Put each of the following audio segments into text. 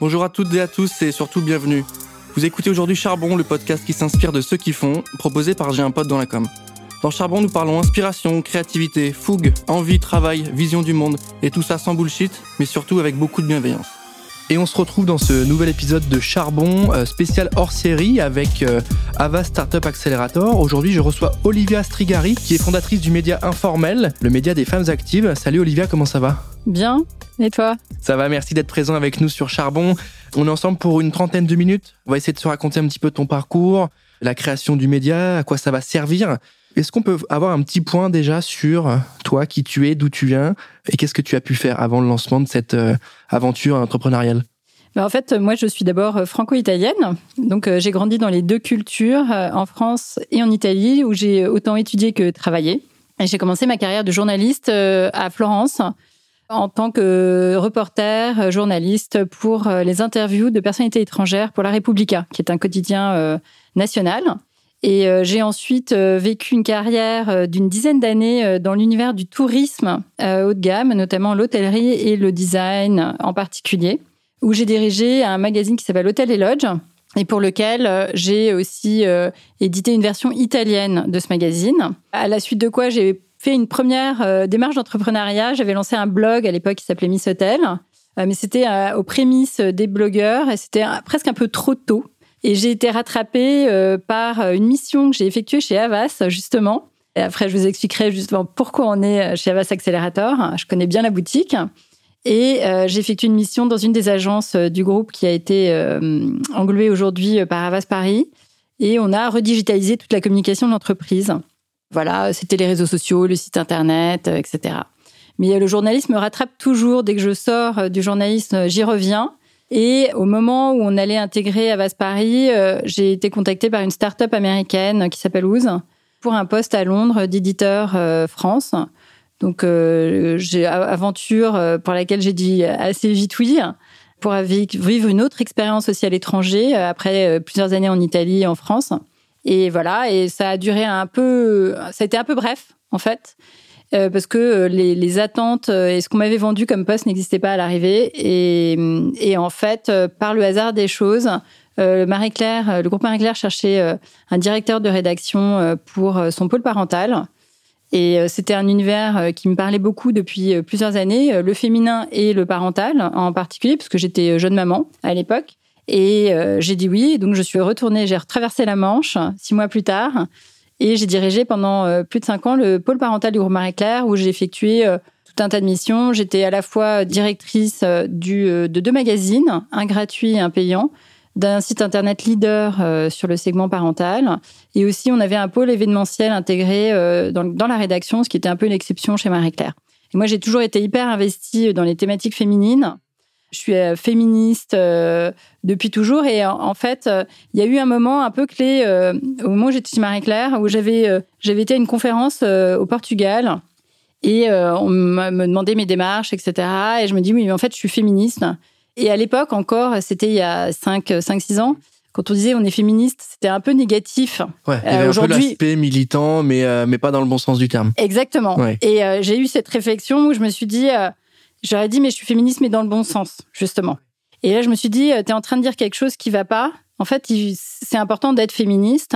Bonjour à toutes et à tous et surtout bienvenue. Vous écoutez aujourd'hui Charbon, le podcast qui s'inspire de ceux qui font, proposé par J'ai un pote dans la com. Dans Charbon, nous parlons inspiration, créativité, fougue, envie, travail, vision du monde, et tout ça sans bullshit, mais surtout avec beaucoup de bienveillance. Et on se retrouve dans ce nouvel épisode de Charbon, spécial hors-série avec Havas Startup Accelerator. Aujourd'hui, je reçois Olivia Strigari, qui est fondatrice du média Informel, le média des femmes actives. Salut Olivia, comment ça va ? Bien, et toi ? Ça va, merci d'être présent avec nous sur Charbon. On est ensemble pour une trentaine de minutes. On va essayer de se raconter un petit peu ton parcours, la création du média, à quoi ça va servir. Est-ce qu'on peut avoir un petit point déjà sur toi, qui tu es, d'où tu viens et qu'est-ce que tu as pu faire avant le lancement de cette aventure entrepreneuriale ? En fait, moi, je suis d'abord franco-italienne. Donc, j'ai grandi dans les deux cultures, en France et en Italie, où j'ai autant étudié que travaillé. Et j'ai commencé ma carrière de journaliste à Florence en tant que reporter, journaliste pour les interviews de personnalités étrangères pour La Repubblica, qui est un quotidien national. Et j'ai ensuite vécu une carrière d'une dizaine d'années dans l'univers du tourisme haut de gamme, notamment l'hôtellerie et le design en particulier, où j'ai dirigé un magazine qui s'appelle Hôtel et Lodge, et pour lequel j'ai aussi édité une version italienne de ce magazine. À la suite de quoi, j'ai fait une première démarche d'entrepreneuriat. J'avais lancé un blog à l'époque qui s'appelait Miss Hotel, mais c'était aux prémices des blogueurs, et c'était presque un peu trop tôt. Et j'ai été rattrapée par une mission que j'ai effectuée chez Havas, justement. Et après, je vous expliquerai justement pourquoi on est chez Havas Accelerator. Je connais bien la boutique. Et j'ai effectué une mission dans une des agences du groupe qui a été englobée aujourd'hui par Havas Paris. Et on a redigitalisé toute la communication de l'entreprise. Voilà, c'était les réseaux sociaux, le site internet, etc. Mais le journalisme me rattrape toujours. Dès que je sors du journalisme, j'y reviens. Et au moment où on allait intégrer Havas Paris, j'ai été contactée par une start-up américaine qui s'appelle Ooze pour un poste à Londres d'éditeur France. Donc, j'ai aventure pour laquelle j'ai dit assez vite oui, pour vivre une autre expérience aussi à l'étranger, après plusieurs années en Italie et en France. Et voilà, et ça a duré ça a été un peu bref, en fait. Parce que les attentes et ce qu'on m'avait vendu comme poste n'existait pas à l'arrivée. Et en fait, par le hasard des choses, le groupe Marie-Claire cherchait un directeur de rédaction pour son pôle parental. Et c'était un univers qui me parlait beaucoup depuis plusieurs années, le féminin et le parental en particulier, parce que j'étais jeune maman à l'époque. Et j'ai dit oui, donc je suis retournée, j'ai retraversé la Manche 6 mois plus tard. Et j'ai dirigé pendant plus de 5 ans le pôle parental du groupe Marie-Claire, où j'ai effectué tout un tas de missions. J'étais à la fois directrice de 2 magazines, un gratuit et un payant, d'un site internet leader sur le segment parental. Et aussi, on avait un pôle événementiel intégré dans la rédaction, ce qui était un peu une exception chez Marie-Claire. Et moi, j'ai toujours été hyper investie dans les thématiques féminines. Je suis féministe depuis toujours. Et en fait, il y a eu un moment un peu clé au moment où j'étais chez Marie-Claire, où j'avais été à une conférence au Portugal. Et on me demandait mes démarches, etc. Et je me dis, oui, mais en fait, je suis féministe. Et à l'époque encore, c'était il y a 5-6 ans, quand on disait on est féministe, c'était un peu négatif. Ouais, il y avait un peu l'aspect militant, mais pas dans le bon sens du terme. Exactement. Ouais. Et j'ai eu cette réflexion où je me suis dit... J'aurais dit, mais je suis féministe, mais dans le bon sens, justement. Et là, je me suis dit, t'es en train de dire quelque chose qui va pas. En fait, c'est important d'être féministe.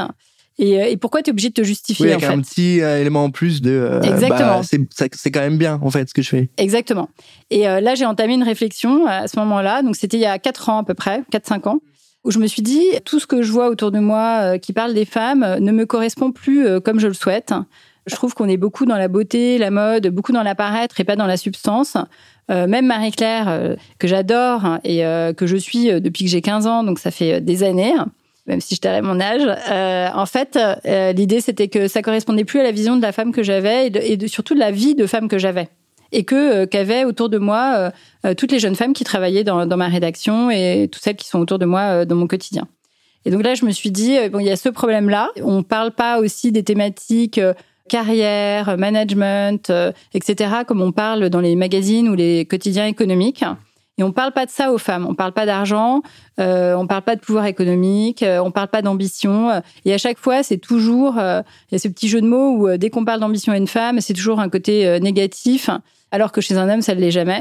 Et pourquoi t'es obligée de te justifier, oui, avec un petit élément en plus de... Exactement. C'est quand même bien, en fait, ce que je fais. Exactement. Et là, j'ai entamé une réflexion à ce moment-là. Donc, c'était il y a 4 ans à peu près, 4-5 ans, où je me suis dit, tout ce que je vois autour de moi qui parle des femmes ne me correspond plus comme je le souhaite. Je trouve qu'on est beaucoup dans la beauté, la mode, beaucoup dans l'apparaître et pas dans la substance. Même Marie-Claire, que j'adore et que je suis depuis que j'ai 15 ans, donc ça fait des années, même si je tairais mon âge. En fait, l'idée, c'était que ça correspondait plus à la vision de la femme que j'avais et surtout de la vie de femme que j'avais. Et qu'avaient autour de moi toutes les jeunes femmes qui travaillaient dans ma rédaction et toutes celles qui sont autour de moi dans mon quotidien. Et donc là, je me suis dit, bon, il y a ce problème-là. On parle pas aussi des thématiques... carrière, management, etc., comme on parle dans les magazines ou les quotidiens économiques. Et on parle pas de ça aux femmes. On parle pas d'argent, on parle pas de pouvoir économique, on parle pas d'ambition. Et à chaque fois, c'est toujours, il y a ce petit jeu de mots où dès qu'on parle d'ambition à une femme, c'est toujours un côté négatif, alors que chez un homme, ça ne l'est jamais.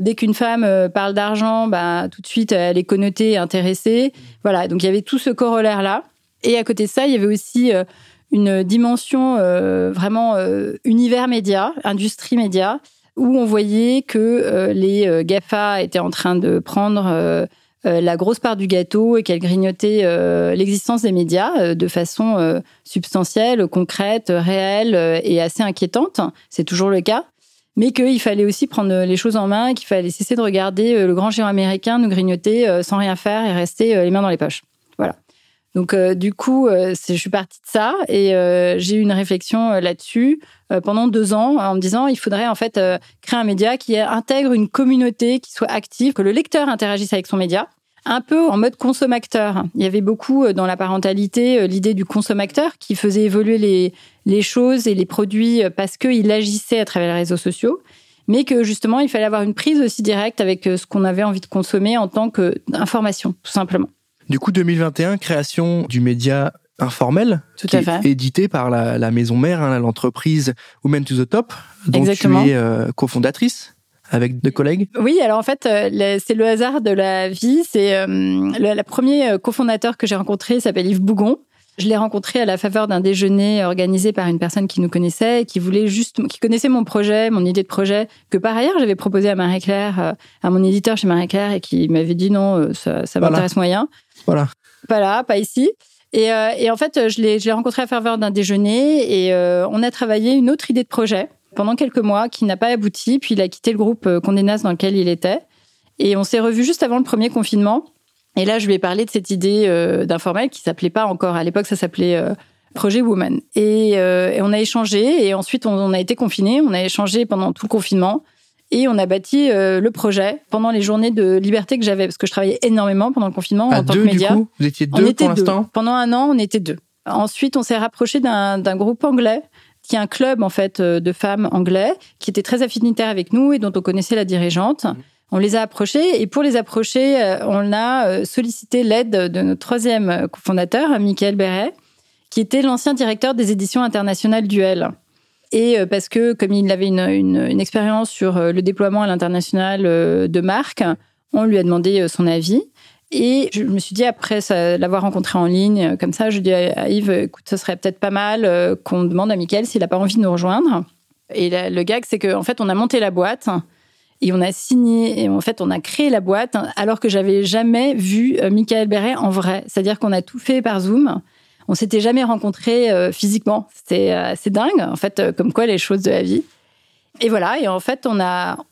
Dès qu'une femme parle d'argent, tout de suite, elle est connotée, intéressée. Voilà, donc il y avait tout ce corollaire-là. Et à côté de ça, il y avait aussi une dimension vraiment univers média, industrie média, où on voyait que les GAFA étaient en train de prendre la grosse part du gâteau et qu'elles grignotaient l'existence des médias de façon substantielle, concrète, réelle et assez inquiétante. C'est toujours le cas. Mais qu'il fallait aussi prendre les choses en main et qu'il fallait cesser de regarder le grand géant américain nous grignoter sans rien faire et rester les mains dans les poches. Voilà. Donc, du coup, je suis partie de ça et j'ai eu une réflexion là-dessus pendant 2 ans en me disant il faudrait en fait créer un média qui intègre une communauté, qui soit active, que le lecteur interagisse avec son média, un peu en mode consommateur. Il y avait beaucoup dans la parentalité l'idée du consommateur qui faisait évoluer les choses et les produits parce qu'il agissait à travers les réseaux sociaux, mais que justement, il fallait avoir une prise aussi directe avec ce qu'on avait envie de consommer en tant qu'information, tout simplement. Du coup, 2021, création du média informel, qui est édité par la maison mère, l'entreprise Women to the Top, dont Exactement. tu es cofondatrice avec 2 collègues. Oui, alors en fait, c'est le hasard de la vie. C'est le premier cofondateur que j'ai rencontré s'appelle Yves Bougon. Je l'ai rencontré à la faveur d'un déjeuner organisé par une personne qui nous connaissait, qui connaissait mon projet, mon idée de projet, que par ailleurs j'avais proposé à Marie-Claire, à mon éditeur chez Marie-Claire, et qui m'avait dit non, ça m'intéresse moyen. Voilà. Pas là, pas ici. Et en fait, je l'ai rencontré à la faveur d'un déjeuner et on a travaillé une autre idée de projet pendant quelques mois qui n'a pas abouti. Puis il a quitté le groupe Condé Nast dans lequel il était. Et on s'est revus juste avant le premier confinement. Et là, je lui ai parlé de cette idée d'informel qui s'appelait pas encore. À l'époque, ça s'appelait Projet Woman. Et on a échangé. Et ensuite, on a été confinés. On a échangé pendant tout le confinement. Et on a bâti le projet pendant les journées de liberté que j'avais. Parce que je travaillais énormément pendant le confinement en tant que média. Du coup, vous étiez 2 pour l'instant ? Pendant 1 an, on était 2. Ensuite, on s'est rapproché d'un groupe anglais, qui est un club en fait de femmes anglais, qui était très affinitaire avec nous et dont on connaissait la dirigeante. On les a approchés et pour les approcher, on a sollicité l'aide de notre 3e cofondateur, Michael Béret, qui était l'ancien directeur des éditions internationales Duel. Et parce que, comme il avait une expérience sur le déploiement à l'international de marques, on lui a demandé son avis. Et je me suis dit, après l'avoir rencontré en ligne, comme ça, je dis à Yves, écoute, ce serait peut-être pas mal qu'on demande à Michael s'il n'a pas envie de nous rejoindre. Et le gag, c'est qu'en fait, on a monté la boîte et on a signé, et en fait, on a créé la boîte alors que j'avais jamais vu Michael Béret en vrai. C'est-à-dire qu'on a tout fait par Zoom. On s'était jamais rencontrés physiquement. C'était assez dingue, en fait, comme quoi les choses de la vie. Et voilà. Et en fait, on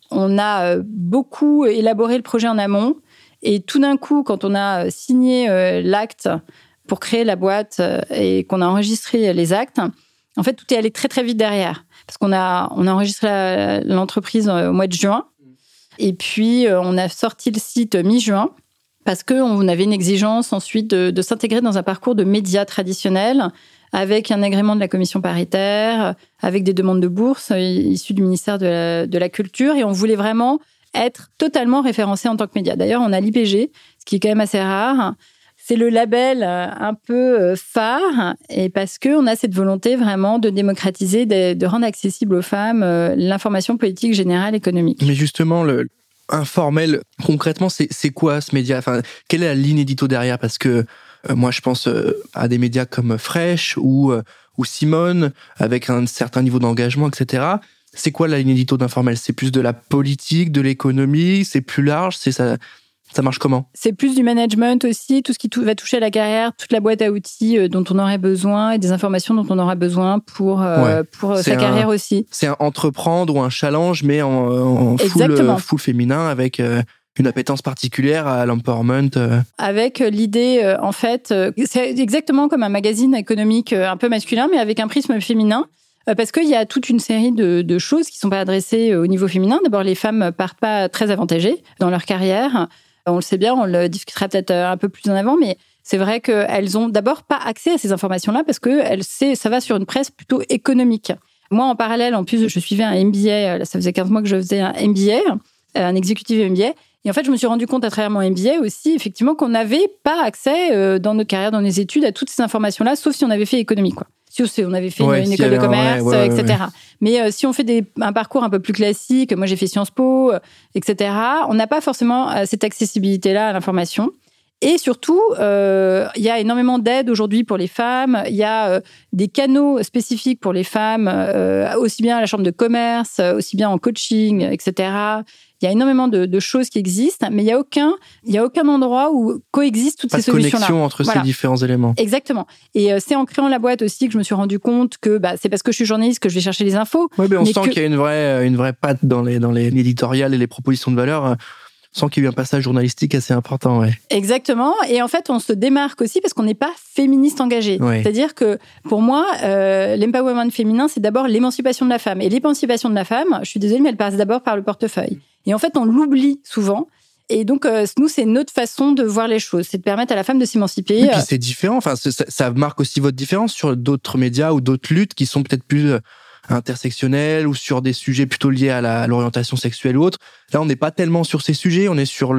a beaucoup élaboré le projet en amont. Et tout d'un coup, quand on a signé l'acte pour créer la boîte et qu'on a enregistré les actes, en fait, tout est allé très, très vite derrière. Parce qu'on a enregistré l'entreprise au mois de juin. Et puis, on a sorti le site mi-juin parce qu'on avait une exigence ensuite de s'intégrer dans un parcours de médias traditionnels avec un agrément de la commission paritaire, avec des demandes de bourse issues du ministère de la Culture. Et on voulait vraiment être totalement référencé en tant que média. D'ailleurs, on a l'IPG, ce qui est quand même assez rare. C'est le label un peu phare, et parce qu'on a cette volonté vraiment de démocratiser, de rendre accessible aux femmes l'information politique générale économique. Mais justement, le informel, concrètement, c'est quoi ce média ? Enfin, quelle est la ligne édito derrière ? Parce que moi, je pense à des médias comme Fresh ou Simone, avec un certain niveau d'engagement, etc. C'est quoi la ligne édito d'Informel ? C'est plus de la politique, de l'économie, c'est plus large, ça marche comment ? C'est plus du management aussi, tout ce qui va toucher à la carrière, toute la boîte à outils dont on aurait besoin et des informations dont on aura besoin pour sa carrière aussi. C'est un entreprendre ou un challenge, mais en full féminin avec une appétence particulière à l'empowerment. Avec l'idée, en fait, c'est exactement comme un magazine économique un peu masculin, mais avec un prisme féminin. Parce qu'il y a toute une série de choses qui ne sont pas adressées au niveau féminin. D'abord, les femmes ne partent pas très avantagées dans leur carrière. On le sait bien, on le discutera peut-être un peu plus en avant, mais c'est vrai qu'elles n'ont d'abord pas accès à ces informations-là parce que ça va sur une presse plutôt économique. Moi, en parallèle, en plus, je suivais un MBA. Là, ça faisait 15 mois que je faisais un MBA, un executive MBA. Et en fait, je me suis rendu compte à travers mon MBA aussi, effectivement, qu'on n'avait pas accès dans notre carrière, dans nos études, à toutes ces informations-là, sauf si on avait fait économie, quoi. Si on avait fait une école de commerce, etc. Mais si on fait un parcours un peu plus classique, moi j'ai fait Sciences Po, etc., on n'a pas forcément cette accessibilité-là à l'information. Et surtout, il y a énormément d'aide aujourd'hui pour les femmes. Il y a des canaux spécifiques pour les femmes, aussi bien à la chambre de commerce, aussi bien en coaching, etc. Il y a énormément de choses qui existent, mais il y a aucun endroit où coexistent toutes ces solutions-là. Pas de connexion entre ces différents éléments. Exactement. Et c'est en créant la boîte aussi que je me suis rendu compte que c'est parce que je suis journaliste que je vais chercher les infos. Oui, mais on sent qu'il y a une vraie patte dans les éditoriales et les propositions de valeur. On sent qu'il y a eu un passage journalistique assez important, ouais. Exactement. Et en fait, on se démarque aussi parce qu'on n'est pas féministe engagé. Ouais. C'est-à-dire que, pour moi, l'empowerment féminin, c'est d'abord l'émancipation de la femme. Et l'émancipation de la femme, je suis désolée, mais elle passe d'abord par le portefeuille. Et en fait, on l'oublie souvent. Et donc, nous, c'est notre façon de voir les choses. C'est de permettre à la femme de s'émanciper. Et puis, c'est différent. Enfin, ça marque aussi votre différence sur d'autres médias ou d'autres luttes qui sont peut-être plus intersectionnelles ou sur des sujets plutôt liés à l'orientation sexuelle ou autre. Là, on n'est pas tellement sur ces sujets. On est sur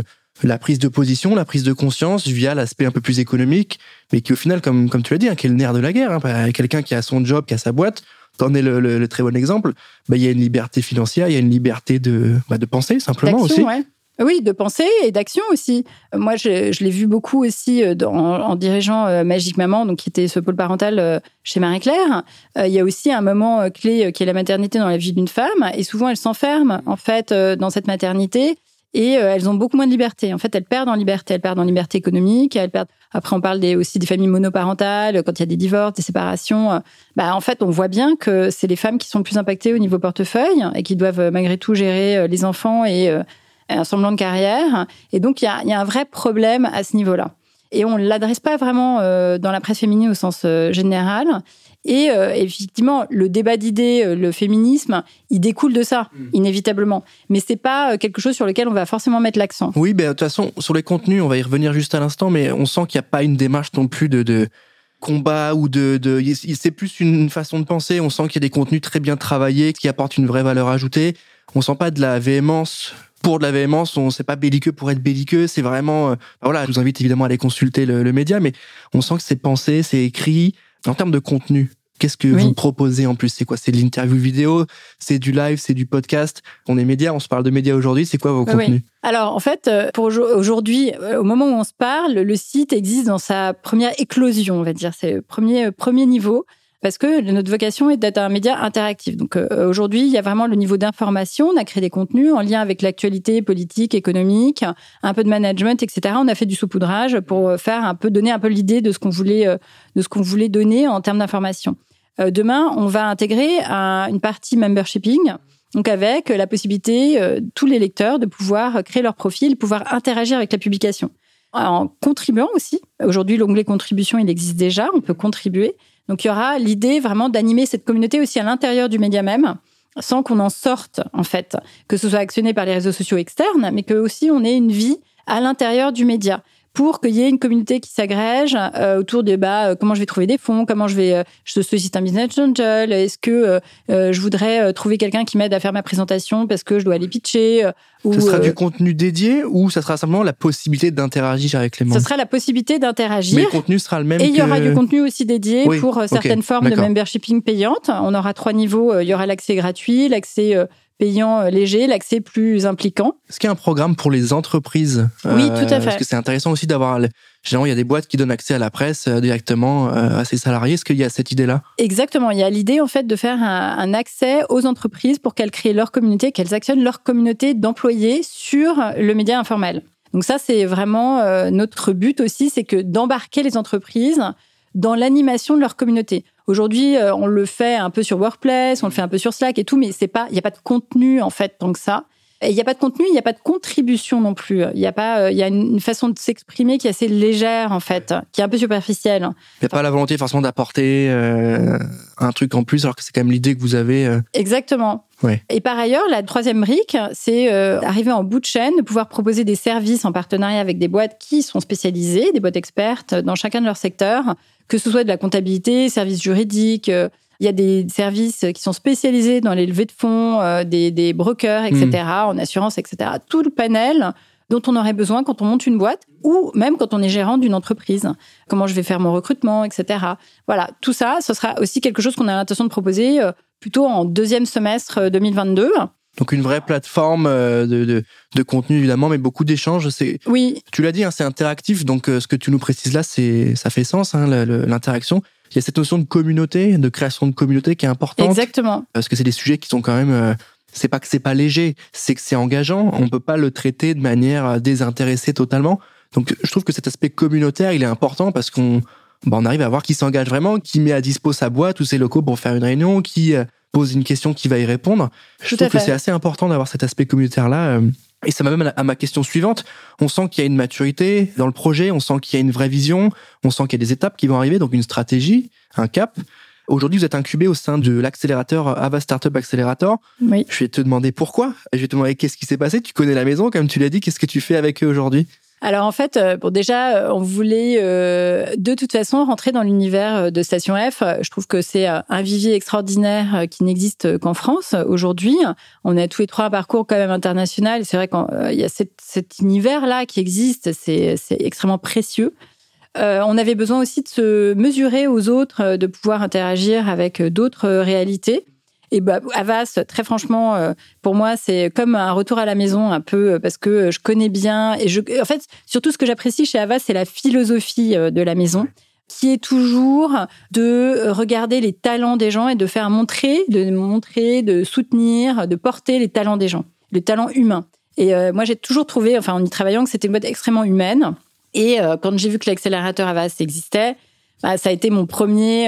la prise de position, la prise de conscience via l'aspect un peu plus économique, mais qui, au final, comme tu l'as dit, qui est le nerf de la guerre. Quelqu'un qui a son job, qui a sa boîte, t'en es le très bon exemple. Il y a une liberté financière, il y a une liberté de penser, simplement. D'action, aussi. Ouais. Oui, de pensée et d'action aussi. Moi, je l'ai vu beaucoup aussi en dirigeant Magique Maman, donc qui était ce pôle parental chez Marie-Claire. Il y a aussi un moment clé qui est la maternité dans la vie d'une femme, et souvent elles s'enferment en fait dans cette maternité et elles ont beaucoup moins de liberté. En fait, elles perdent en liberté. Elles perdent en liberté économique. Après, on parle aussi des familles monoparentales quand il y a des divorces, des séparations. En fait, on voit bien que c'est les femmes qui sont plus impactées au niveau portefeuille et qui doivent malgré tout gérer les enfants et un semblant de carrière. Et donc, il y a un vrai problème à ce niveau-là. Et on ne l'adresse pas vraiment dans la presse féminine au sens général. Et effectivement, le débat d'idées, le féminisme, il découle de ça, inévitablement. Mais ce n'est pas quelque chose sur lequel on va forcément mettre l'accent. Oui, de toute façon, sur les contenus, on va y revenir juste à l'instant, mais on sent qu'il n'y a pas une démarche non plus de combat ou c'est plus une façon de penser. On sent qu'il y a des contenus très bien travaillés, qui apportent une vraie valeur ajoutée. On ne sent pas de la véhémence pour de la véhémence, on c'est pas belliqueux pour être belliqueux, c'est vraiment je vous invite évidemment à aller consulter le média, mais on sent que c'est pensé, c'est écrit. En termes de contenu, qu'est-ce que vous proposez en plus? C'est quoi? C'est de l'interview vidéo, c'est du live, c'est du podcast. On est médias, on se parle de médias aujourd'hui, c'est quoi vos contenus? Alors en fait, pour aujourd'hui, au moment où on se parle, le site existe dans sa première éclosion, on va dire, c'est le premier niveau. Parce que notre vocation est d'être un média interactif. Donc aujourd'hui, il y a vraiment le niveau d'information. On a créé des contenus en lien avec l'actualité politique, économique, un peu de management, etc. On a fait du saupoudrage pour donner un peu l'idée de ce qu'on voulait donner en termes d'information. Demain, on va intégrer une partie membershipping, donc avec la possibilité tous les lecteurs de pouvoir créer leur profil, pouvoir interagir avec la publication. En contribuant aussi. Aujourd'hui, l'onglet contribution, il existe déjà. On peut contribuer. Donc, il y aura l'idée vraiment d'animer cette communauté aussi à l'intérieur du média même, sans qu'on en sorte, en fait, que ce soit actionné par les réseaux sociaux externes, mais que aussi on ait une vie à l'intérieur du média, pour qu'il y ait une communauté qui s'agrège autour de comment je vais trouver des fonds, comment je sollicite un business angel, est-ce que je voudrais trouver quelqu'un qui m'aide à faire ma présentation parce que je dois aller pitcher. Ce sera du contenu dédié ou ça sera simplement la possibilité d'interagir avec les membres? Ce sera la possibilité d'interagir. Mais le contenu sera le même. Et il y aura du contenu aussi dédié pour certaines formes de membershipping payantes. On aura 3 niveaux. Il y aura l'accès gratuit, l'accès payant léger, l'accès plus impliquant. Est-ce qu'il y a un programme pour les entreprises? Oui, tout à fait. Parce que c'est intéressant aussi d'avoir... Généralement, il y a des boîtes qui donnent accès à la presse directement à ses salariés. Est-ce qu'il y a cette idée-là? Exactement. Il y a l'idée, en fait, de faire un accès aux entreprises pour qu'elles créent leur communauté, qu'elles actionnent leur communauté d'employés sur le média informel. Donc ça, c'est vraiment notre but aussi, c'est que d'embarquer les entreprises dans l'animation de leur communauté. Aujourd'hui, on le fait un peu sur Workplace, on le fait un peu sur Slack et tout, mais il n'y a pas de contenu, en fait, tant que ça. Et il n'y a pas de contenu, il n'y a pas de contribution non plus. Il y a une façon de s'exprimer qui est assez légère, en fait, qui est un peu superficielle. Il n'y a pas la volonté, forcément, d'apporter un truc en plus, alors que c'est quand même l'idée que vous avez. Exactement. Ouais. Et par ailleurs, la troisième brique, c'est arriver en bout de chaîne, de pouvoir proposer des services en partenariat avec des boîtes qui sont spécialisées, des boîtes expertes dans chacun de leur secteur, que ce soit de la comptabilité, services juridiques. Il y a des services qui sont spécialisés dans les levées de fonds, des brokers, etc., en assurance, etc. Tout le panel dont on aurait besoin quand on monte une boîte ou même quand on est gérant d'une entreprise. Comment je vais faire mon recrutement, etc. Voilà, tout ça, ce sera aussi quelque chose qu'on a l'intention de proposer plutôt en deuxième semestre 2022. Donc une vraie plateforme de contenu évidemment, mais beaucoup d'échanges. Oui. Tu l'as dit, c'est interactif. Donc ce que tu nous précises là, ça fait sens, l'interaction. Il y a cette notion de communauté, de création de communauté qui est importante. Exactement. Parce que c'est des sujets qui sont quand même. C'est pas que c'est pas léger, c'est que c'est engageant. On peut pas le traiter de manière désintéressée totalement. Donc je trouve que cet aspect communautaire, il est important parce qu'on arrive à voir qui s'engage vraiment, qui met à dispo sa boîte ou ses locaux pour faire une réunion, qui pose une question, qui va y répondre. Je trouve que c'est assez important d'avoir cet aspect communautaire-là. Et ça m'amène à ma question suivante. On sent qu'il y a une maturité dans le projet, on sent qu'il y a une vraie vision, on sent qu'il y a des étapes qui vont arriver, donc une stratégie, un cap. Aujourd'hui, vous êtes incubé au sein de l'accélérateur Avas Startup Accelerator. Oui. Je vais te demander pourquoi. Je vais te demander qu'est-ce qui s'est passé. Tu connais la maison, comme tu l'as dit. Qu'est-ce que tu fais avec eux aujourd'hui ? Alors en fait, déjà, on voulait de toute façon rentrer dans l'univers de Station F. Je trouve que c'est un vivier extraordinaire qui n'existe qu'en France aujourd'hui. On a tous les trois un parcours quand même international. C'est vrai qu'il y a cet univers-là qui existe, c'est extrêmement précieux. On avait besoin aussi de se mesurer aux autres, de pouvoir interagir avec d'autres réalités. Et Avas, très franchement, pour moi, c'est comme un retour à la maison un peu parce que je connais bien. En fait, surtout ce que j'apprécie chez Avas, c'est la philosophie de la maison qui est toujours de regarder les talents des gens et de faire montrer, de soutenir, de porter les talents des gens, les talents humains. Et moi, j'ai toujours trouvé, en y travaillant, que c'était une boîte extrêmement humaine. Et quand j'ai vu que l'accélérateur Avas existait, ça a été mon premier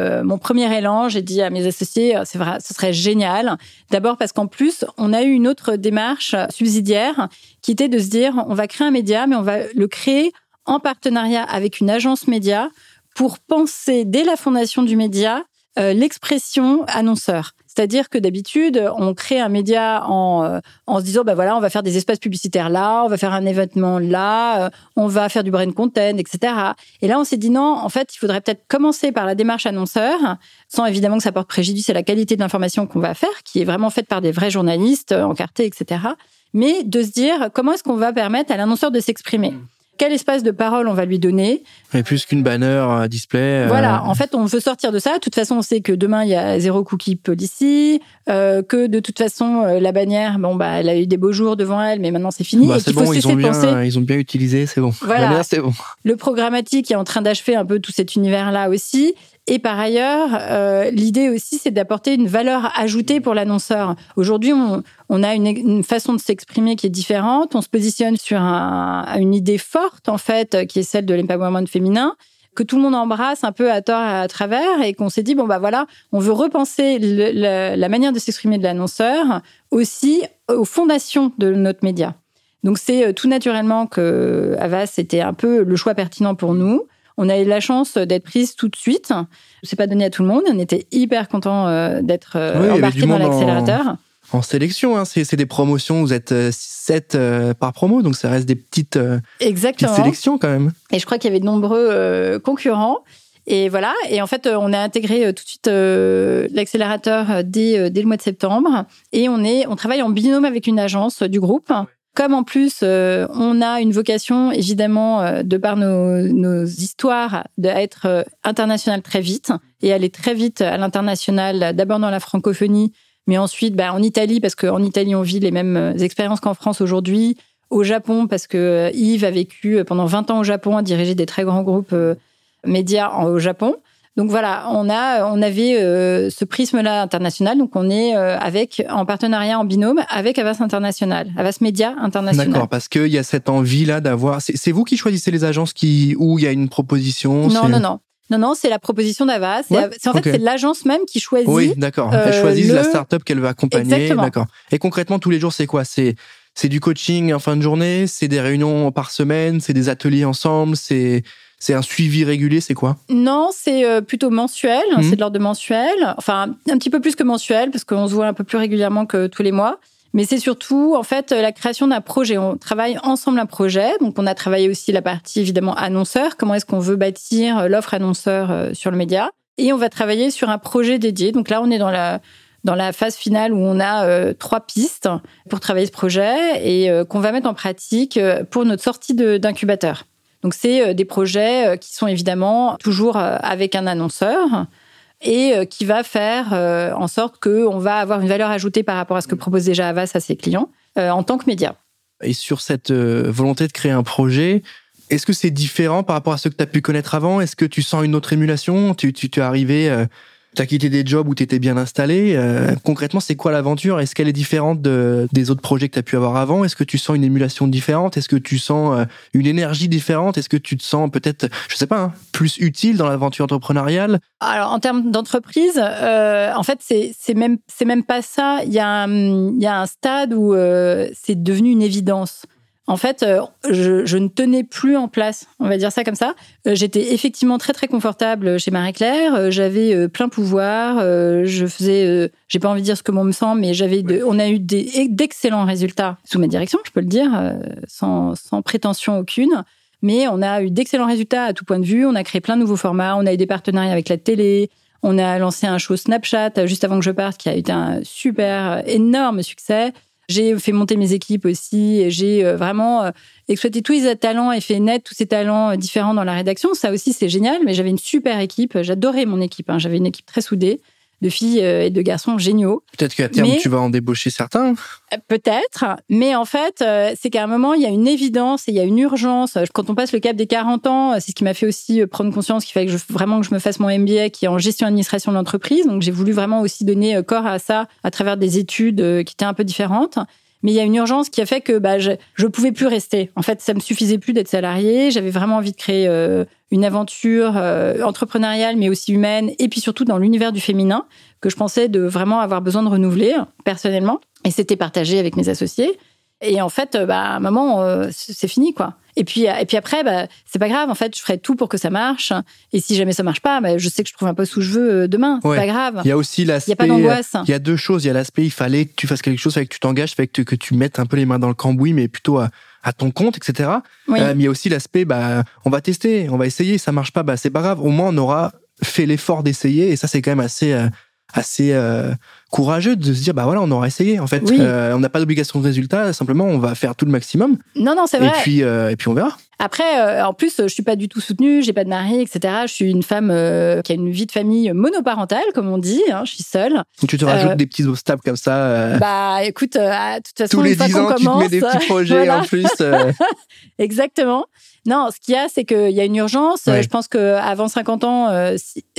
élan. J'ai dit à mes associés, c'est vrai, ce serait génial. D'abord parce qu'en plus, on a eu une autre démarche subsidiaire qui était de se dire, on va créer un média, mais on va le créer en partenariat avec une agence média pour penser dès la fondation du média l'expression annonceur. C'est-à-dire que d'habitude, on crée un média en se disant, on va faire des espaces publicitaires là, on va faire un événement là, on va faire du brain content, etc. Et là, on s'est dit non, en fait, il faudrait peut-être commencer par la démarche annonceur, sans évidemment que ça porte préjudice à la qualité de l'information qu'on va faire, qui est vraiment faite par des vrais journalistes, encartés, etc. Mais de se dire, comment est-ce qu'on va permettre à l'annonceur de s'exprimer ? Quel espace de parole on va lui donner ? Et plus qu'une banner display. Voilà, en fait, on veut sortir de ça. De toute façon, on sait que demain, il y a zéro cookie policy, que de toute façon, la bannière, elle a eu des beaux jours devant elle, mais maintenant, c'est fini. C'est bon, ils ont bien utilisé, c'est bon. Voilà. La bannière, c'est bon. Le programmatique est en train d'achever un peu tout cet univers-là aussi. Et par ailleurs, l'idée aussi, c'est d'apporter une valeur ajoutée pour l'annonceur. Aujourd'hui, on a une façon de s'exprimer qui est différente. On se positionne sur une idée forte, en fait, qui est celle de l'empowerment féminin, que tout le monde embrasse un peu à tort et à travers, et qu'on s'est dit, on veut repenser la manière de s'exprimer de l'annonceur aussi aux fondations de notre média. Donc, c'est tout naturellement que Avas, c'était un peu le choix pertinent pour nous. On a eu la chance d'être prise tout de suite. C'est pas donné à tout le monde. On était hyper contents d'être embarqués dans l'accélérateur. En sélection, c'est des promotions. Vous êtes 7 par promo, donc ça reste des petites sélections quand même. Et je crois qu'il y avait de nombreux concurrents. Et voilà. Et en fait, on a intégré tout de suite l'accélérateur dès le mois de septembre. Et on travaille en binôme avec une agence du groupe. Comme en plus, on a une vocation, évidemment, de par nos histoires, d'être international très vite et aller très vite à l'international, d'abord dans la francophonie, mais ensuite en Italie, parce qu'en Italie, on vit les mêmes expériences qu'en France aujourd'hui, au Japon, parce que Yves a vécu pendant 20 ans au Japon, a dirigé des très grands groupes médias au Japon. Donc voilà, on avait ce prisme-là international. Donc on est en partenariat en binôme avec Avas International, Avas Média International. D'accord, parce qu'il y a cette envie-là d'avoir. C'est vous qui choisissez les agences où il y a une proposition. Non, c'est la proposition d'Avas. Ouais, c'est l'agence même qui choisit. Oui, d'accord. Elle choisit la start-up qu'elle veut accompagner. Exactement. D'accord. Et concrètement, tous les jours, c'est quoi ? C'est du coaching en fin de journée, c'est des réunions par semaine, c'est des ateliers ensemble, c'est un suivi régulier, c'est quoi ? Non, c'est plutôt mensuel, c'est de l'ordre de mensuel. Enfin, un petit peu plus que mensuel, parce qu'on se voit un peu plus régulièrement que tous les mois. Mais c'est surtout, en fait, la création d'un projet. On travaille ensemble un projet. Donc, on a travaillé aussi la partie, évidemment, annonceur. Comment est-ce qu'on veut bâtir l'offre annonceur sur le média ? Et on va travailler sur un projet dédié. Donc là, on est dans dans la phase finale où on a 3 pistes pour travailler ce projet et qu'on va mettre en pratique pour notre sortie d'incubateur. Donc, c'est des projets qui sont évidemment toujours avec un annonceur et qui va faire en sorte qu'on va avoir une valeur ajoutée par rapport à ce que propose déjà Havas à ses clients en tant que média. Et sur cette volonté de créer un projet, est-ce que c'est différent par rapport à ce que tu as pu connaître avant ? Est-ce que tu sens une autre émulation ? Tu es arrivé, tu as quitté des jobs où tu étais bien installé. Concrètement, c'est quoi l'aventure ? Est-ce qu'elle est différente des autres projets que tu as pu avoir avant ? Est-ce que tu sens une émulation différente ? Est-ce que tu sens une énergie différente ? Est-ce que tu te sens peut-être, je sais pas, plus utile dans l'aventure entrepreneuriale ? Alors, en termes d'entreprise, en fait, c'est même pas ça. Il y a un stade où c'est devenu une évidence. En fait, je ne tenais plus en place, on va dire ça comme ça. J'étais effectivement très, très confortable chez Marie-Claire. J'avais plein pouvoir. Je faisais, j'ai pas envie de dire ce que l'on me sent, mais on a eu d'excellents résultats sous ma direction, je peux le dire, sans prétention aucune. Mais on a eu d'excellents résultats à tout point de vue. On a créé plein de nouveaux formats. On a eu des partenariats avec la télé. On a lancé un show Snapchat juste avant que je parte, qui a été un super, énorme succès. J'ai fait monter mes équipes aussi. Et j'ai vraiment exploité tous les talents et fait naître tous ces talents différents dans la rédaction. Ça aussi, c'est génial. Mais j'avais une super équipe. J'adorais mon équipe. J'avais une équipe très soudée de filles et de garçons géniaux. Peut-être qu'à terme, tu vas en débaucher certains. Peut-être. Mais en fait, c'est qu'à un moment, il y a une évidence et il y a une urgence. Quand on passe le cap des 40 ans, c'est ce qui m'a fait aussi prendre conscience qu'il fallait que je me fasse mon MBA qui est en gestion et administration de l'entreprise. Donc, j'ai voulu vraiment aussi donner corps à ça à travers des études qui étaient un peu différentes. Mais il y a une urgence qui a fait que je pouvais plus rester. En fait, ça me suffisait plus d'être salariée. J'avais vraiment envie de créer une aventure entrepreneuriale, mais aussi humaine, et puis surtout dans l'univers du féminin, que je pensais de vraiment avoir besoin de renouveler personnellement. Et c'était partagé avec mes associés. Et en fait, à un moment, c'est fini, quoi. Et puis après, c'est pas grave. En fait, je ferai tout pour que ça marche. Et si jamais ça marche pas, je sais que je trouve un poste où je veux demain. Ouais. C'est pas grave. Il y a aussi l'aspect. Il y a pas d'angoisse. Il y a deux choses. Il y a l'aspect, il fallait que tu fasses quelque chose, il fallait que tu t'engages, il fallait que tu mettes un peu les mains dans le cambouis, mais plutôt à ton compte, etc. Oui. Mais il y a aussi l'aspect, on va tester, on va essayer. Ça marche pas, c'est pas grave. Au moins, on aura fait l'effort d'essayer. Et ça, c'est quand même assez courageux de se dire on aura essayé en fait. Oui. On n'a pas d'obligation de résultat, simplement on va faire tout le maximum. Non, c'est vrai. Et puis on verra. Après, en plus, je suis pas du tout soutenue, j'ai pas de mari, etc. Je suis une femme qui a une vie de famille monoparentale, comme on dit. Je suis seule. Tu te rajoutes des petits obstacles comme ça. Écoute, de toute façon, tous les une fois 10 qu'on ans, commence, tu te mets des petits projets voilà. en plus. Exactement. Non, ce qu'il y a, c'est qu'il y a une urgence. Ouais. Je pense qu'avant 50 ans,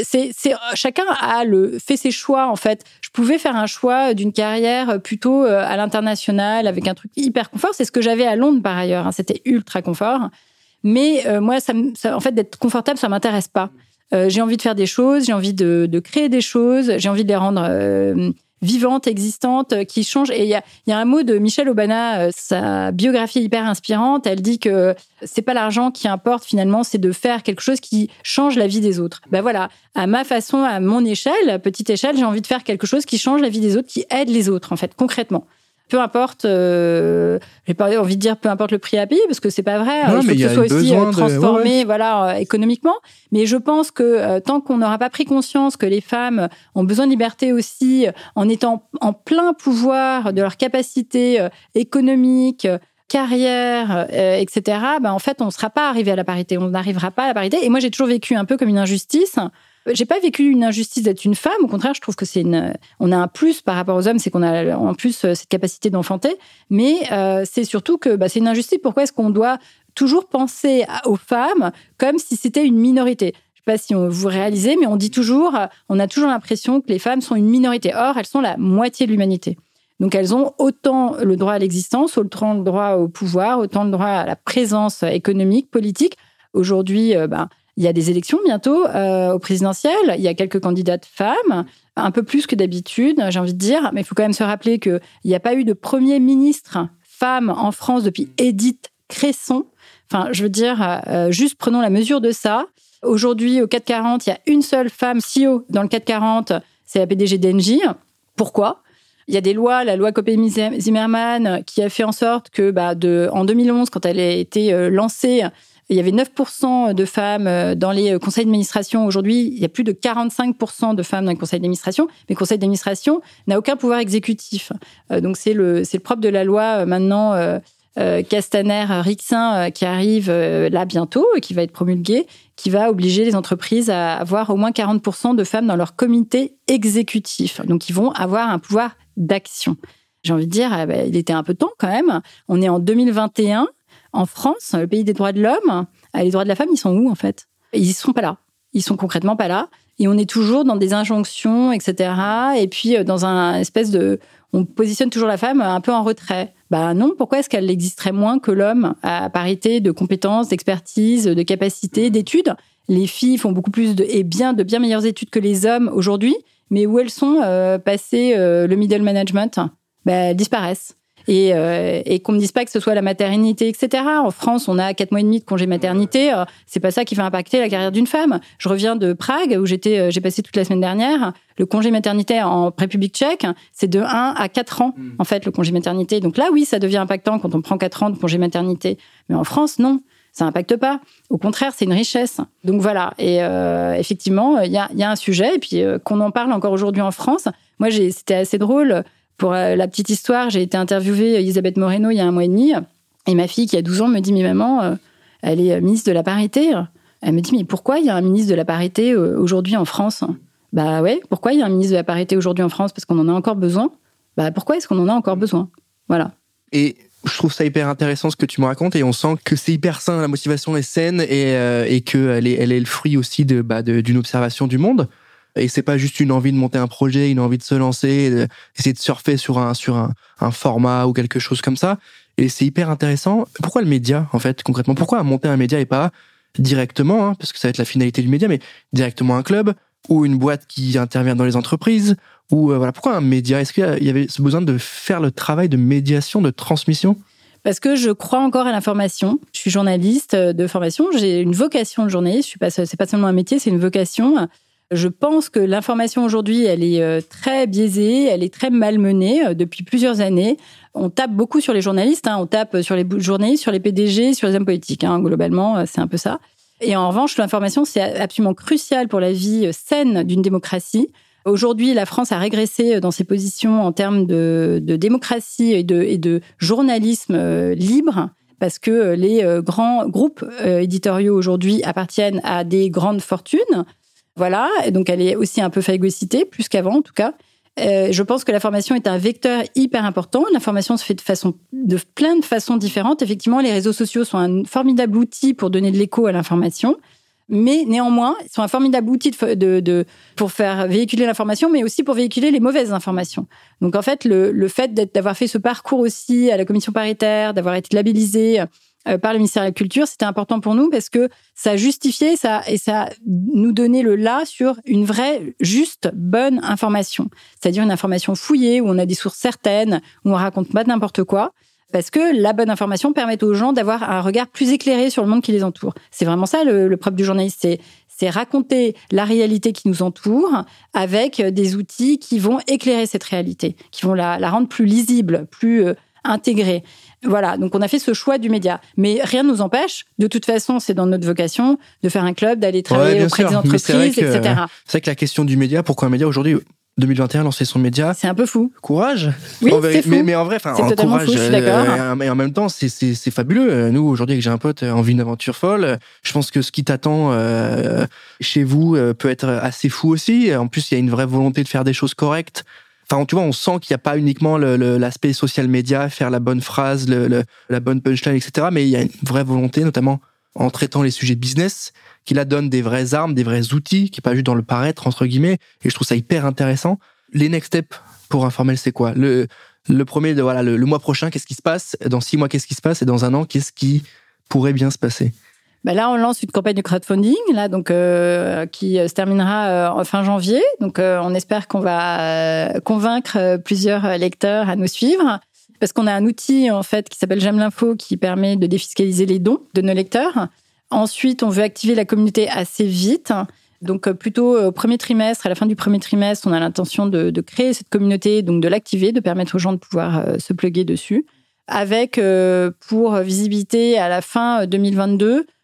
chacun a fait ses choix, en fait. Je pouvais faire un choix d'une carrière plutôt à l'international, avec un truc hyper confort. C'est ce que j'avais à Londres, par ailleurs. C'était ultra confort. Mais moi, en fait, d'être confortable, ça m'intéresse pas. J'ai envie de faire des choses, j'ai envie de créer des choses, j'ai envie de les rendre vivantes, existantes, qui changent. Et il y a un mot de Michelle Obama, sa biographie est hyper inspirante. Elle dit que c'est pas l'argent qui importe finalement, c'est de faire quelque chose qui change la vie des autres. Voilà, à ma façon, à mon échelle, à petite échelle, j'ai envie de faire quelque chose qui change la vie des autres, qui aide les autres en fait, concrètement. Peu importe, j'ai pas envie de dire peu importe le prix à payer parce que c'est pas vrai. Non, il faut mais que ce soit aussi transformé, ouais. Économiquement. Mais je pense que tant qu'on n'aura pas pris conscience que les femmes ont besoin de liberté aussi, en étant en plein pouvoir de leurs capacités économiques, carrière, etc. En fait, on sera pas arrivé à la parité. On n'arrivera pas à la parité. Et moi, j'ai toujours vécu un peu comme une injustice. J'ai pas vécu une injustice d'être une femme. Au contraire, je trouve que on a un plus par rapport aux hommes, c'est qu'on a en plus cette capacité d'enfanter. Mais c'est surtout que c'est une injustice. Pourquoi est-ce qu'on doit toujours penser aux femmes comme si c'était une minorité ? Je sais pas si vous réalisez, mais on a toujours l'impression que les femmes sont une minorité. Or, elles sont la moitié de l'humanité. Donc, elles ont autant le droit à l'existence, autant le droit au pouvoir, autant le droit à la présence économique, politique. Aujourd'hui, il y a des élections bientôt au présidentiel. Il y a quelques candidates femmes, un peu plus que d'habitude, j'ai envie de dire. Mais il faut quand même se rappeler qu'il n'y a pas eu de premier ministre femme en France depuis Édith Cresson. Enfin, je veux dire, juste prenons la mesure de ça. Aujourd'hui, au 440, il y a une seule femme CEO dans le 440, c'est la PDG d'Engie. Pourquoi ? Il y a des lois, la loi Copé-Zimmermann, qui a fait en sorte que, en 2011, quand elle a été lancée, Il y avait 9% de femmes dans les conseils d'administration. Aujourd'hui, il y a plus de 45% de femmes dans les conseils d'administration. Mais le conseil d'administration n'a aucun pouvoir exécutif. Donc, c'est le propre de la loi maintenant Castaner-Rixain qui arrive là bientôt et qui va être promulguée, qui va obliger les entreprises à avoir au moins 40% de femmes dans leur comité exécutif. Donc, ils vont avoir un pouvoir d'action. J'ai envie de dire, il était un peu temps quand même. On est en 2021. En France, le pays des droits de l'homme, les droits de la femme, ils sont où en fait ? Ils ne sont pas là. Ils sont concrètement pas là. Et on est toujours dans des injonctions, etc. Et puis dans un espèce de... On positionne toujours la femme un peu en retrait. Non, pourquoi est-ce qu'elle existerait moins que l'homme à parité de compétences, d'expertise, de capacités, d'études ? Les filles font beaucoup plus de bien meilleures études que les hommes aujourd'hui. Mais où elles sont passées le middle management ? Elles disparaissent. Et qu'on me dise pas que ce soit la maternité, etc. En France, on a 4 mois et demi de congé maternité. C'est pas ça qui va impacter la carrière d'une femme. Je reviens de Prague, où j'ai passé toute la semaine dernière. Le congé maternité en République tchèque, c'est de 1 à 4 ans, en fait, le congé maternité. Donc là, oui, ça devient impactant quand on prend 4 ans de congé maternité. Mais en France, non. Ça n'impacte pas. Au contraire, c'est une richesse. Donc voilà. Et effectivement, il y a un sujet. Et puis, qu'on en parle encore aujourd'hui en France. Moi, c'était assez drôle. Pour la petite histoire, j'ai été interviewée Elisabeth Moreno il y a 1 mois et demi. Et ma fille, qui a 12 ans, me dit « Mais maman, elle est ministre de la parité. » Elle me dit « Mais pourquoi il y a un ministre de la parité aujourd'hui en France ?» Ouais, pourquoi il y a un ministre de la parité aujourd'hui en France ? Parce qu'on en a encore besoin. Pourquoi est-ce qu'on en a encore besoin ? Voilà. Et je trouve ça hyper intéressant ce que tu me racontes, et on sent que c'est hyper sain, la motivation est saine, et qu'elle est le fruit aussi d'une observation du monde. Et c'est pas juste une envie de monter un projet, une envie de se lancer, d'essayer de surfer sur un format ou quelque chose comme ça. Et c'est hyper intéressant. Pourquoi le média, en fait, concrètement ? Pourquoi monter un média et pas directement, parce que ça va être la finalité du média, mais directement un club ou une boîte qui intervient dans les entreprises, ou voilà. Pourquoi un média ? Est-ce qu'il y avait ce besoin de faire le travail de médiation, de transmission ? Parce que je crois encore à l'information. Je suis journaliste de formation. J'ai une vocation de journaliste. C'est pas seulement un métier, c'est une vocation. Je pense que l'information aujourd'hui, elle est très biaisée, elle est très malmenée depuis plusieurs années. On tape beaucoup sur les journalistes, on tape sur les journalistes, sur les PDG, sur les hommes politiques. Globalement, c'est un peu ça. Et en revanche, l'information, c'est absolument crucial pour la vie saine d'une démocratie. Aujourd'hui, la France a régressé dans ses positions en termes de démocratie et de journalisme libre, parce que les grands groupes éditoriaux aujourd'hui appartiennent à des grandes fortunes. Voilà, et donc elle est aussi un peu phagocytée, plus qu'avant en tout cas. Je pense que l'information est un vecteur hyper important. L'information se fait de plein de façons différentes. Effectivement, les réseaux sociaux sont un formidable outil pour donner de l'écho à l'information, mais néanmoins, ils sont un formidable outil pour faire véhiculer l'information, mais aussi pour véhiculer les mauvaises informations. Donc en fait, le fait d'avoir fait ce parcours aussi à la commission paritaire, d'avoir été labellisé par le ministère de la Culture, c'était important pour nous parce que ça justifiait ça nous donnait le là sur une vraie, juste, bonne information. C'est-à-dire une information fouillée, où on a des sources certaines, où on raconte pas n'importe quoi. Parce que la bonne information permet aux gens d'avoir un regard plus éclairé sur le monde qui les entoure. C'est vraiment ça le propre du journaliste, c'est raconter la réalité qui nous entoure avec des outils qui vont éclairer cette réalité, qui vont la rendre plus lisible, plus intégrée. Voilà, donc on a fait ce choix du média. Mais rien ne nous empêche, de toute façon, c'est dans notre vocation, de faire un club, d'aller travailler auprès des entreprises, etc. C'est vrai que la question du média, pourquoi un média aujourd'hui, 2021, lancer son média. C'est un peu fou. Courage. Oui, c'est fou. Mais en vrai, c'est totalement courage. Fou, je suis d'accord. Mais en même temps, c'est fabuleux. Nous, aujourd'hui, avec J'ai un pote, on vit une aventure folle. Je pense que ce qui t'attend chez vous peut être assez fou aussi. En plus, il y a une vraie volonté de faire des choses correctes. Enfin, tu vois, on sent qu'il n'y a pas uniquement l'aspect social média, faire la bonne phrase, la bonne punchline, etc. Mais il y a une vraie volonté, notamment en traitant les sujets business, qui là donne des vraies armes, des vrais outils, qui n'est pas juste dans le paraître, entre guillemets. Et je trouve ça hyper intéressant. Les next steps pour Informel, c'est quoi ? Le premier, le mois prochain, qu'est-ce qui se passe ? Dans 6 mois, qu'est-ce qui se passe ? Et dans 1 an, qu'est-ce qui pourrait bien se passer ? Là, on lance une campagne de crowdfunding, qui se terminera en fin janvier. Donc, on espère qu'on va convaincre plusieurs lecteurs à nous suivre. Parce qu'on a un outil, en fait, qui s'appelle J'aime l'info, qui permet de défiscaliser les dons de nos lecteurs. Ensuite, on veut activer la communauté assez vite. Donc, plutôt au premier trimestre, à la fin du premier trimestre, on a l'intention de créer cette communauté, donc de l'activer, de permettre aux gens de pouvoir se plugger dessus. Avec, pour visibilité à la fin 2022,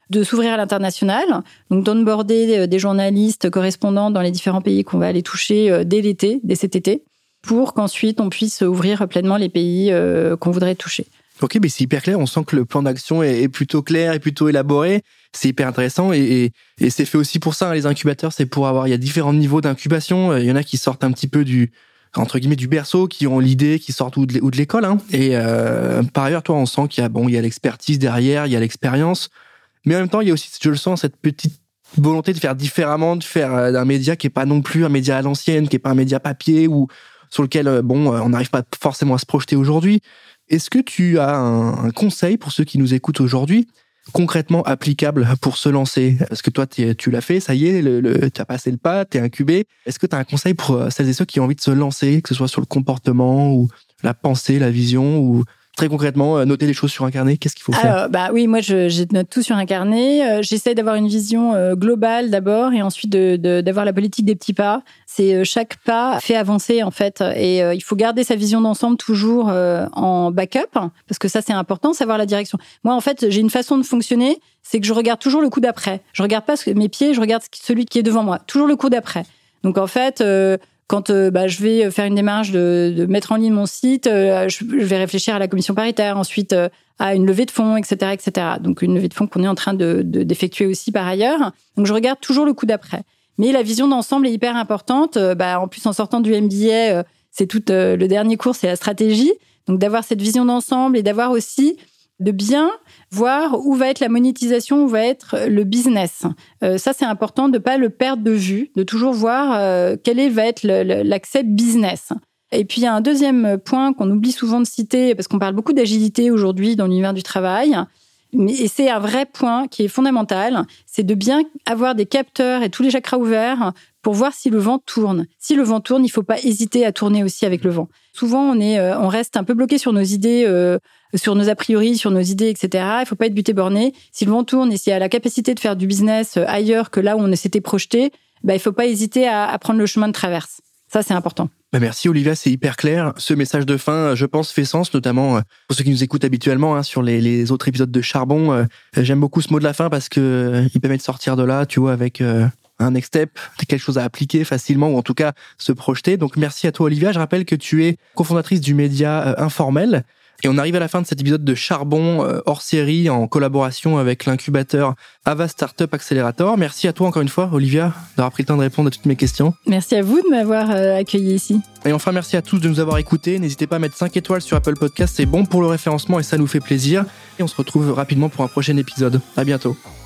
de s'ouvrir à l'international, donc d'onboarder des journalistes correspondants dans les différents pays qu'on va aller toucher dès cet été, pour qu'ensuite on puisse ouvrir pleinement les pays qu'on voudrait toucher. Ok, mais c'est hyper clair. On sent que le plan d'action est plutôt clair et plutôt élaboré. C'est hyper intéressant et c'est fait aussi pour ça. Les incubateurs, c'est pour avoir. Il y a différents niveaux d'incubation. Il y en a qui sortent un petit peu entre guillemets du berceau, qui ont l'idée, qui sortent ou de l'école. Hein. Et par ailleurs, toi, on sent qu'il y a l'expertise derrière, il y a l'expérience, mais en même temps, il y a aussi, je le sens, cette petite volonté de faire différemment, de faire d'un média qui est pas non plus un média à l'ancienne, qui est pas un média papier ou sur lequel on n'arrive pas forcément à se projeter aujourd'hui. Est-ce que tu as un conseil pour ceux qui nous écoutent aujourd'hui, concrètement applicable pour se lancer? Parce que toi, tu l'as fait, ça y est, tu as passé le pas, tu es incubé. Est-ce que tu as un conseil pour celles et ceux qui ont envie de se lancer, que ce soit sur le comportement ou la pensée, la vision, ou très concrètement, noter les choses sur un carnet? Qu'est-ce qu'il faut faire? Oui, moi, je note tout sur un carnet. J'essaie d'avoir une vision globale d'abord et ensuite d'avoir la politique des petits pas. C'est chaque pas fait avancer, en fait. Et il faut garder sa vision d'ensemble toujours en backup, parce que ça, c'est important, savoir la direction. Moi, en fait, j'ai une façon de fonctionner, c'est que je regarde toujours le coup d'après. Je regarde pas mes pieds, je regarde celui qui est devant moi. Toujours le coup d'après. Donc, en fait... Quand je vais faire une démarche de mettre en ligne mon site, je vais réfléchir à la commission paritaire, ensuite à une levée de fonds, etc., etc. Donc une levée de fonds qu'on est en train d'effectuer aussi par ailleurs. Donc je regarde toujours le coup d'après. Mais la vision d'ensemble est hyper importante. En plus, en sortant du MBA, c'est tout le dernier cours, c'est la stratégie. Donc d'avoir cette vision d'ensemble et d'avoir aussi de bien voir où va être la monétisation, où va être le business. Ça, c'est important de ne pas le perdre de vue, de toujours voir quel va être l'accès business. Et puis, il y a un deuxième point qu'on oublie souvent de citer, parce qu'on parle beaucoup d'agilité aujourd'hui dans l'univers du travail, et c'est un vrai point qui est fondamental, c'est de bien avoir des capteurs et tous les chakras ouverts pour voir si le vent tourne. Si le vent tourne, il ne faut pas hésiter à tourner aussi avec le vent. Souvent, on reste un peu bloqué sur nos idées, sur nos a priori, sur nos idées, etc. Il ne faut pas être buté borné. Si le vent tourne et s'il y a la capacité de faire du business ailleurs que là où on s'était projeté, il ne faut pas hésiter à prendre le chemin de traverse. Ça, c'est important. Merci Olivia, c'est hyper clair. Ce message de fin, je pense, fait sens, notamment pour ceux qui nous écoutent habituellement sur les autres épisodes de Charbon. J'aime beaucoup ce mot de la fin parce que il permet de sortir de là, tu vois, avec un next step, quelque chose à appliquer facilement ou en tout cas se projeter. Donc merci à toi Olivia. Je rappelle que tu es cofondatrice du média Informel. Et on arrive à la fin de cet épisode de Charbon hors série en collaboration avec l'incubateur Ava Startup Accelerator. Merci à toi encore une fois, Olivia, d'avoir pris le temps de répondre à toutes mes questions. Merci à vous de m'avoir accueilli ici. Et enfin, merci à tous de nous avoir écoutés. N'hésitez pas à mettre 5 étoiles sur Apple Podcast, c'est bon pour le référencement et ça nous fait plaisir. Et on se retrouve rapidement pour un prochain épisode. À bientôt.